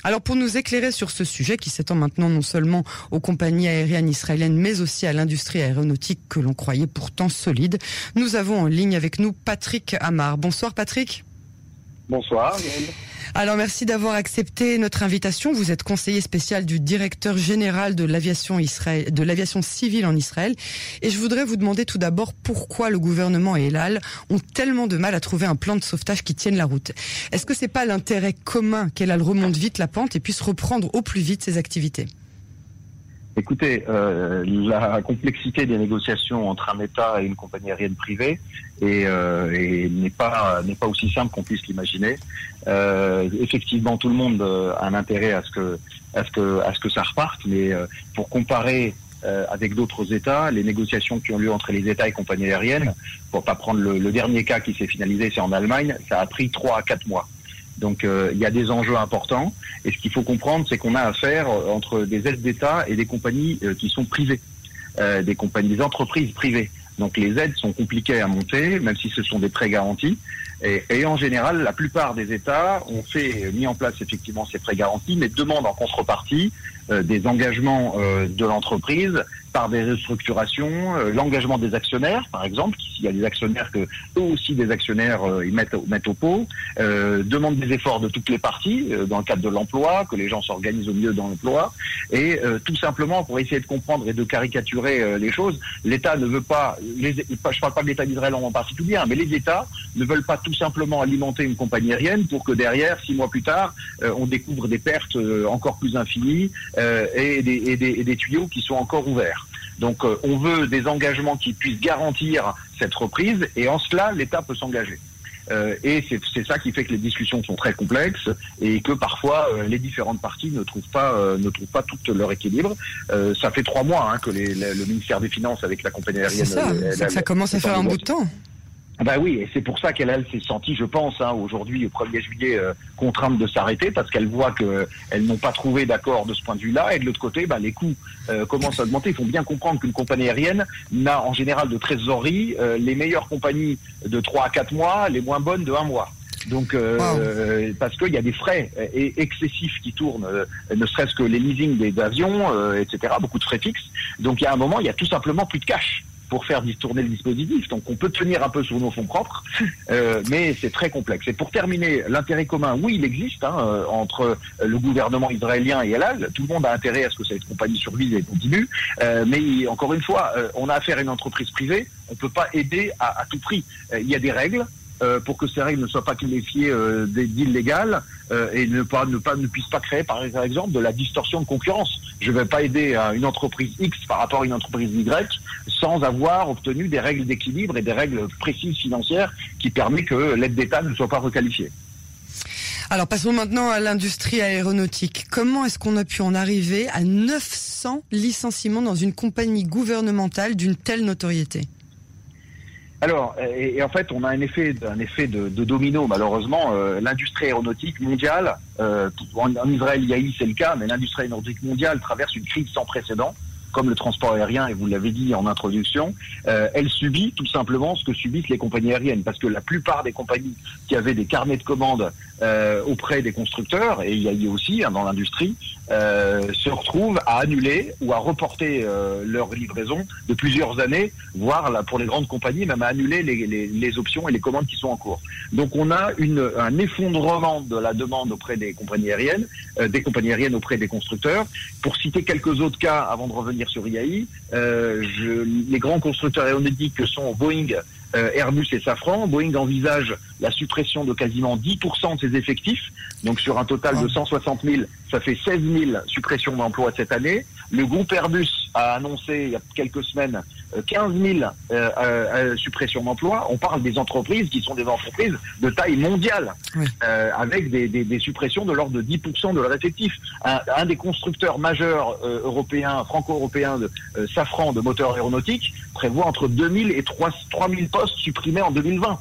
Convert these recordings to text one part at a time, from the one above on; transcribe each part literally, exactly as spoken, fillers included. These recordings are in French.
Alors pour nous éclairer sur ce sujet qui s'étend maintenant non seulement aux compagnies aériennes israéliennes mais aussi à l'industrie aéronautique que l'on croyait pourtant solide, nous avons en ligne avec nous Patrick Amar. Bonsoir Patrick. Bonsoir. Alors merci d'avoir accepté notre invitation. Vous êtes conseiller spécial du directeur général de l'aviation Israël, de l'aviation civile en Israël. Et je voudrais vous demander tout d'abord pourquoi le gouvernement et El Al ont tellement de mal à trouver un plan de sauvetage qui tienne la route. Est-ce que c'est pas l'intérêt commun qu'El Al remonte vite la pente et puisse reprendre au plus vite ses activités? Écoutez, euh, la complexité des négociations entre un État et une compagnie aérienne privée et, euh, et n'est pas n'est pas aussi simple qu'on puisse l'imaginer. Euh, effectivement, tout le monde a un intérêt à ce que à ce que à ce que ça reparte, mais euh, pour comparer euh, avec d'autres États, les négociations qui ont lieu entre les États et compagnies aériennes, pour pas prendre le, le dernier cas qui s'est finalisé, c'est en Allemagne, ça a pris trois à quatre mois. Donc euh, il y a des enjeux importants et ce qu'il faut comprendre, c'est qu'on a affaire entre des aides d'État et des compagnies euh, qui sont privées, euh, des compagnies, des entreprises privées. Donc les aides sont compliquées à monter, même si ce sont des prêts garantis. Et, et en général, la plupart des États ont fait mis en place effectivement ces prêts garantis, mais demandent en contrepartie euh, des engagements euh, de l'entreprise par des restructurations, euh, l'engagement des actionnaires, par exemple, s'il y a des actionnaires que eux aussi des actionnaires euh, ils mettent, mettent au pot, euh, demandent des efforts de toutes les parties euh, dans le cadre de l'emploi, que les gens s'organisent au mieux dans l'emploi, et euh, tout simplement pour essayer de comprendre et de caricaturer euh, les choses, l'État ne veut pas, les, je parle pas de l'État d'Israël en particulier, hein, mais les États ne veulent pas tout simplement alimenter une compagnie aérienne pour que derrière, six mois plus tard, euh, on découvre des pertes euh, encore plus infinies euh, et, des, et, des, et des tuyaux qui sont encore ouverts. Donc euh, on veut des engagements qui puissent garantir cette reprise et en cela l'État peut s'engager. Euh, et c'est, c'est ça qui fait que les discussions sont très complexes et que parfois euh, les différentes parties ne trouvent pas euh, ne trouvent pas tout leur équilibre. Euh, ça fait trois mois hein, que les, le, le ministère des Finances avec la compagnie aérienne. C'est ça, elle, ça, elle, ça commence à faire un bout de temps. Ben oui, et c'est pour ça qu'elle elle, s'est sentie, je pense, hein, aujourd'hui, au premier juillet, euh, contrainte de s'arrêter, parce qu'elle voit qu'elles n'ont pas trouvé d'accord de ce point de vue-là, et de l'autre côté, ben, les coûts euh, commencent à augmenter. Il faut bien comprendre qu'une compagnie aérienne n'a en général de trésorerie, euh, les meilleures compagnies de trois à quatre mois, les moins bonnes de un mois. Donc, euh, wow. Parce qu'il y a des frais euh, excessifs qui tournent, euh, ne serait-ce que les leasing des avions, euh, et cetera, beaucoup de frais fixes. Donc, il y a un moment, il y a tout simplement plus de cash pour faire tourner le dispositif. Donc on peut tenir un peu sur nos fonds propres, euh, mais c'est très complexe. Et pour terminer, l'intérêt commun, oui, il existe hein, euh, entre le gouvernement israélien et El Al. Tout le monde a intérêt à ce que cette compagnie survive et continue. Euh, mais encore une fois, euh, on a affaire à une entreprise privée. On ne peut pas aider à, à tout prix. Euh, il y a des règles. Euh, pour que ces règles ne soient pas qualifiées euh, d'illégales euh, et ne pas ne pas ne puissent pas créer par exemple de la distorsion de concurrence. Je ne vais pas aider à une entreprise X par rapport à une entreprise Y sans avoir obtenu des règles d'équilibre et des règles précises financières qui permettent que l'aide d'État ne soit pas requalifiée. Alors passons maintenant à l'industrie aéronautique. Comment est-ce qu'on a pu en arriver à neuf cents licenciements dans une compagnie gouvernementale d'une telle notoriété ? Alors, et, et en fait, on a un effet, un effet de, de domino, malheureusement. Euh, l'industrie aéronautique mondiale, euh, en, en Israël, Yahi, c'est le cas, mais l'industrie aéronautique mondiale traverse une crise sans précédent, comme le transport aérien, et vous l'avez dit en introduction. Euh, elle subit tout simplement ce que subissent les compagnies aériennes, parce que la plupart des compagnies qui avaient des carnets de commandes euh, auprès des constructeurs, et Yahi aussi, hein, dans l'industrie, euh, se retrouvent à annuler ou à reporter euh, leur livraison de plusieurs années, voire là, pour les grandes compagnies, même à annuler les, les, les options et les commandes qui sont en cours. Donc on a une, un effondrement de la demande auprès des compagnies aériennes, euh, des compagnies aériennes auprès des constructeurs. Pour citer quelques autres cas, avant de revenir sur Yahi, euh, je, les grands constructeurs aéronautiques que sont Boeing, euh, Airbus et Safran. Boeing envisage la suppression de quasiment dix pour cent de ses effectifs, donc sur un total de cent soixante mille, ça fait seize mille suppressions d'emplois cette année. Le groupe Airbus a annoncé il y a quelques semaines quinze mille euh, euh, suppressions d'emplois. On parle des entreprises qui sont des entreprises de taille mondiale, oui. euh, avec des, des, des suppressions de l'ordre de dix pour cent de leur effectif. Un, un des constructeurs majeurs euh, européens, franco-européens, de euh, Safran, de moteurs aéronautiques, prévoit entre deux mille et trois mille postes supprimés en deux mille vingt.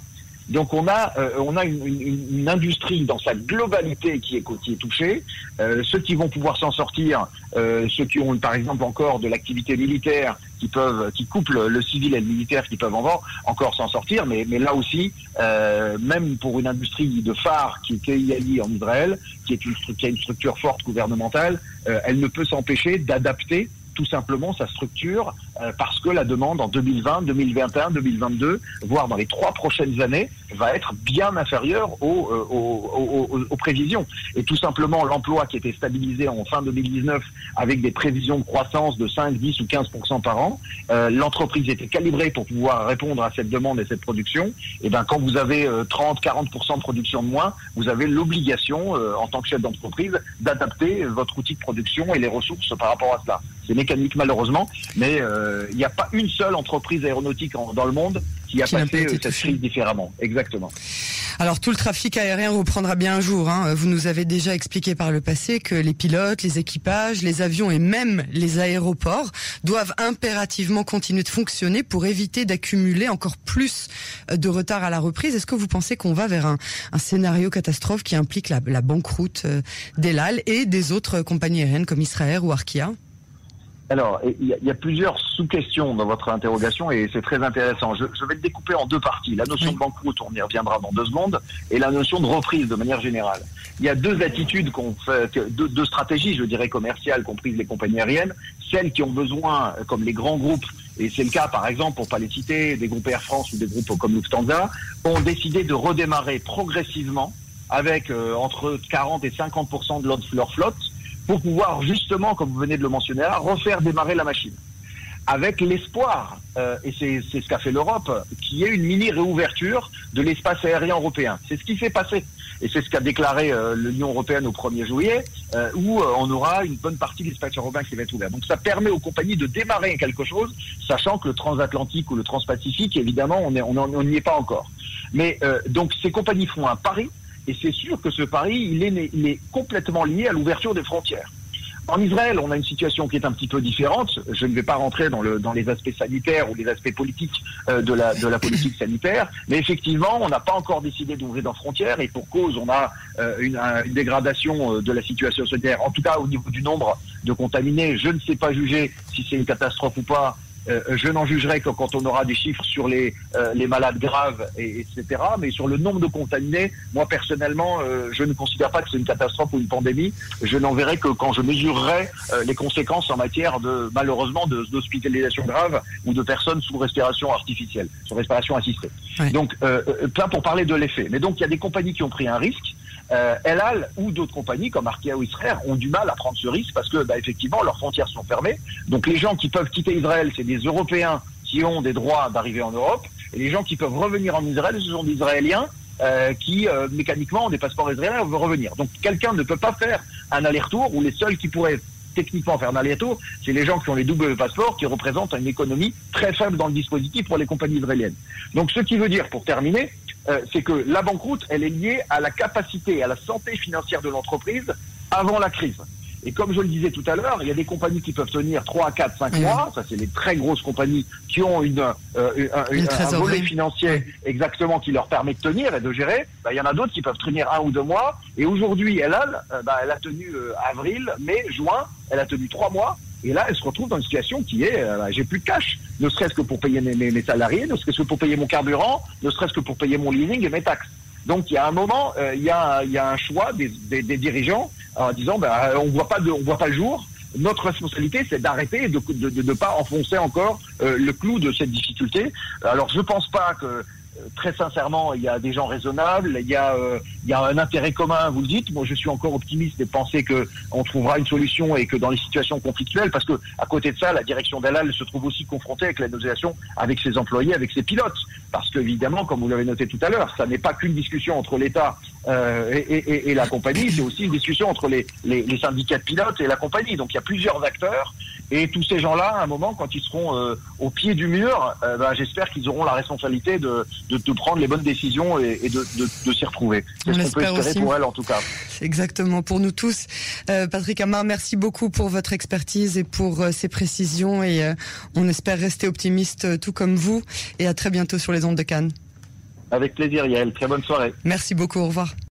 Donc on a euh, on a une, une, une industrie dans sa globalité qui est, qui est touchée. Euh, ceux qui vont pouvoir s'en sortir, euh, ceux qui ont par exemple encore de l'activité militaire, qui peuvent qui couplent le civil et le militaire, qui peuvent encore encore s'en sortir. Mais mais là aussi, euh, même pour une industrie de phare qui est K I L I en Israël, qui est une qui a une structure forte gouvernementale, euh, elle ne peut s'empêcher d'adapter tout simplement sa structure euh, parce que la demande en deux mille vingt, deux mille vingt et un, deux mille vingt-deux, voire dans les trois prochaines années, va être bien inférieure aux, euh, aux, aux, aux prévisions. Et tout simplement, l'emploi qui était stabilisé en fin deux mille dix-neuf avec des prévisions de croissance de cinq, dix ou quinze pour cent par an, euh, l'entreprise était calibrée pour pouvoir répondre à cette demande et cette production. Et ben quand vous avez euh, trente, quarante pour cent de production de moins, vous avez l'obligation, euh, en tant que chef d'entreprise, d'adapter votre outil de production et les ressources par rapport à cela. C'est mécanique malheureusement, mais il euh, n'y a pas une seule entreprise aéronautique en, dans le monde qui a qui passé cette crise différemment. Exactement. Alors tout le trafic aérien reprendra bien un jour. Hein. Vous nous avez déjà expliqué par le passé que les pilotes, les équipages, les avions et même les aéroports doivent impérativement continuer de fonctionner pour éviter d'accumuler encore plus de retard à la reprise. Est-ce que vous pensez qu'on va vers un, un scénario catastrophe qui implique la, la banqueroute d'El Al et des autres compagnies aériennes comme Israël ou Arkia ? Alors, il y, y a plusieurs sous-questions dans votre interrogation et c'est très intéressant. Je, je vais le découper en deux parties. La notion oui. de banqueroute, on y reviendra dans deux secondes, et la notion de reprise de manière générale. Il y a deux attitudes qu'on fait, deux, deux stratégies, je dirais, commerciales qu'ont prises les compagnies aériennes. Celles qui ont besoin, comme les grands groupes, et c'est le cas par exemple, pour pas les citer, des groupes Air France ou des groupes comme Lufthansa, ont décidé de redémarrer progressivement avec euh, entre quarante et cinquante pour cent de leur flotte, pour pouvoir justement, comme vous venez de le mentionner là, refaire démarrer la machine. Avec l'espoir, euh, et c'est, c'est ce qu'a fait l'Europe, qu'il y ait une mini-réouverture de l'espace aérien européen. C'est ce qui s'est passé. Et c'est ce qu'a déclaré euh, l'Union européenne au premier juillet, euh, où euh, on aura une bonne partie de l'espace européen qui va être ouvert. Donc ça permet aux compagnies de démarrer quelque chose, sachant que le transatlantique ou le transpacifique, évidemment, on n'y on, on n'y est pas encore. Mais euh, donc ces compagnies font un pari, et c'est sûr que ce pari, il est, il est complètement lié à l'ouverture des frontières. En Israël, on a une situation qui est un petit peu différente. Je ne vais pas rentrer dans, le, dans les aspects sanitaires ou les aspects politiques euh, de, la, de la politique sanitaire, mais effectivement, on n'a pas encore décidé d'ouvrir nos frontières et pour cause, on a euh, une, une dégradation de la situation sanitaire, en tout cas au niveau du nombre de contaminés. Je ne sais pas juger si c'est une catastrophe ou pas. Euh, je n'en jugerai que quand on aura des chiffres sur les, euh, les malades graves, et, etc. Mais sur le nombre de contaminés, moi personnellement, euh, je ne considère pas que c'est une catastrophe ou une pandémie. Je n'en verrai que quand je mesurerai euh, les conséquences en matière de, malheureusement, de, d'hospitalisation grave ou de personnes sous respiration artificielle, sous respiration assistée. Ouais. Donc, euh, là pour parler de l'effet. Mais donc, il y a des compagnies qui ont pris un risque. Euh, El Al ou d'autres compagnies comme Arkia ou Israël ont du mal à prendre ce risque parce que bah, effectivement leurs frontières sont fermées. Donc les gens qui peuvent quitter Israël, c'est des Européens qui ont des droits d'arriver en Europe, et les gens qui peuvent revenir en Israël, ce sont des Israéliens euh, qui euh, mécaniquement ont des passeports israéliens et veulent revenir. Donc quelqu'un ne peut pas faire un aller-retour, ou les seuls qui pourraient techniquement faire un aller-retour, c'est les gens qui ont les doubles passeports, qui représentent une économie très faible dans le dispositif pour les compagnies israéliennes. Donc ce qui veut dire, pour terminer, Euh, c'est que la banqueroute, elle est liée à la capacité, à la santé financière de l'entreprise avant la crise. Et comme je le disais tout à l'heure, il y a des compagnies qui peuvent tenir trois, quatre, cinq mmh. mois. Ça, c'est les très grosses compagnies qui ont une, euh, un, une un volet financier exactement qui leur permet de tenir et de gérer. Bah, il y en a d'autres qui peuvent tenir un ou deux mois. Et aujourd'hui, El Al, euh, bah, elle a tenu euh, avril, mai, juin. Elle a tenu trois mois. Et là, elle se retrouve dans une situation qui est, euh, j'ai plus de cash, ne serait-ce que pour payer mes, mes, mes salariés, ne serait-ce que pour payer mon carburant, ne serait-ce que pour payer mon leasing et mes taxes. Donc, il y a un moment, euh, il y a, il y a un choix des, des, des dirigeants en disant, ben, on voit pas de, on voit pas le jour. Notre responsabilité, c'est d'arrêter et de de, de, de pas enfoncer encore euh, le clou de cette difficulté. Alors, je pense pas que très sincèrement, il y a des gens raisonnables, il y a, euh, il y a un intérêt commun, vous le dites. Moi, je suis encore optimiste et penser que on trouvera une solution et que dans les situations conflictuelles, parce que à côté de ça, la direction d'El Al se trouve aussi confrontée avec la négociation avec ses employés, avec ses pilotes, parce qu'évidemment, comme vous l'avez noté tout à l'heure, ça n'est pas qu'une discussion entre l'État euh, et, et, et la compagnie, c'est aussi une discussion entre les, les, les syndicats de pilotes et la compagnie. Donc, il y a plusieurs acteurs. Et tous ces gens-là, à un moment, quand ils seront euh, au pied du mur, euh, ben, j'espère qu'ils auront la responsabilité de, de, de prendre les bonnes décisions et, et de, de, de s'y retrouver. C'est ce qu'on peut espérer aussi pour elle, en tout cas. C'est exactement pour nous tous. Euh, Patrick Amar, merci beaucoup pour votre expertise et pour euh, ces précisions. Et euh, on espère rester optimiste, euh, tout comme vous. Et à très bientôt sur les ondes de Cannes. Avec plaisir, Yael. Très bonne soirée. Merci beaucoup, au revoir.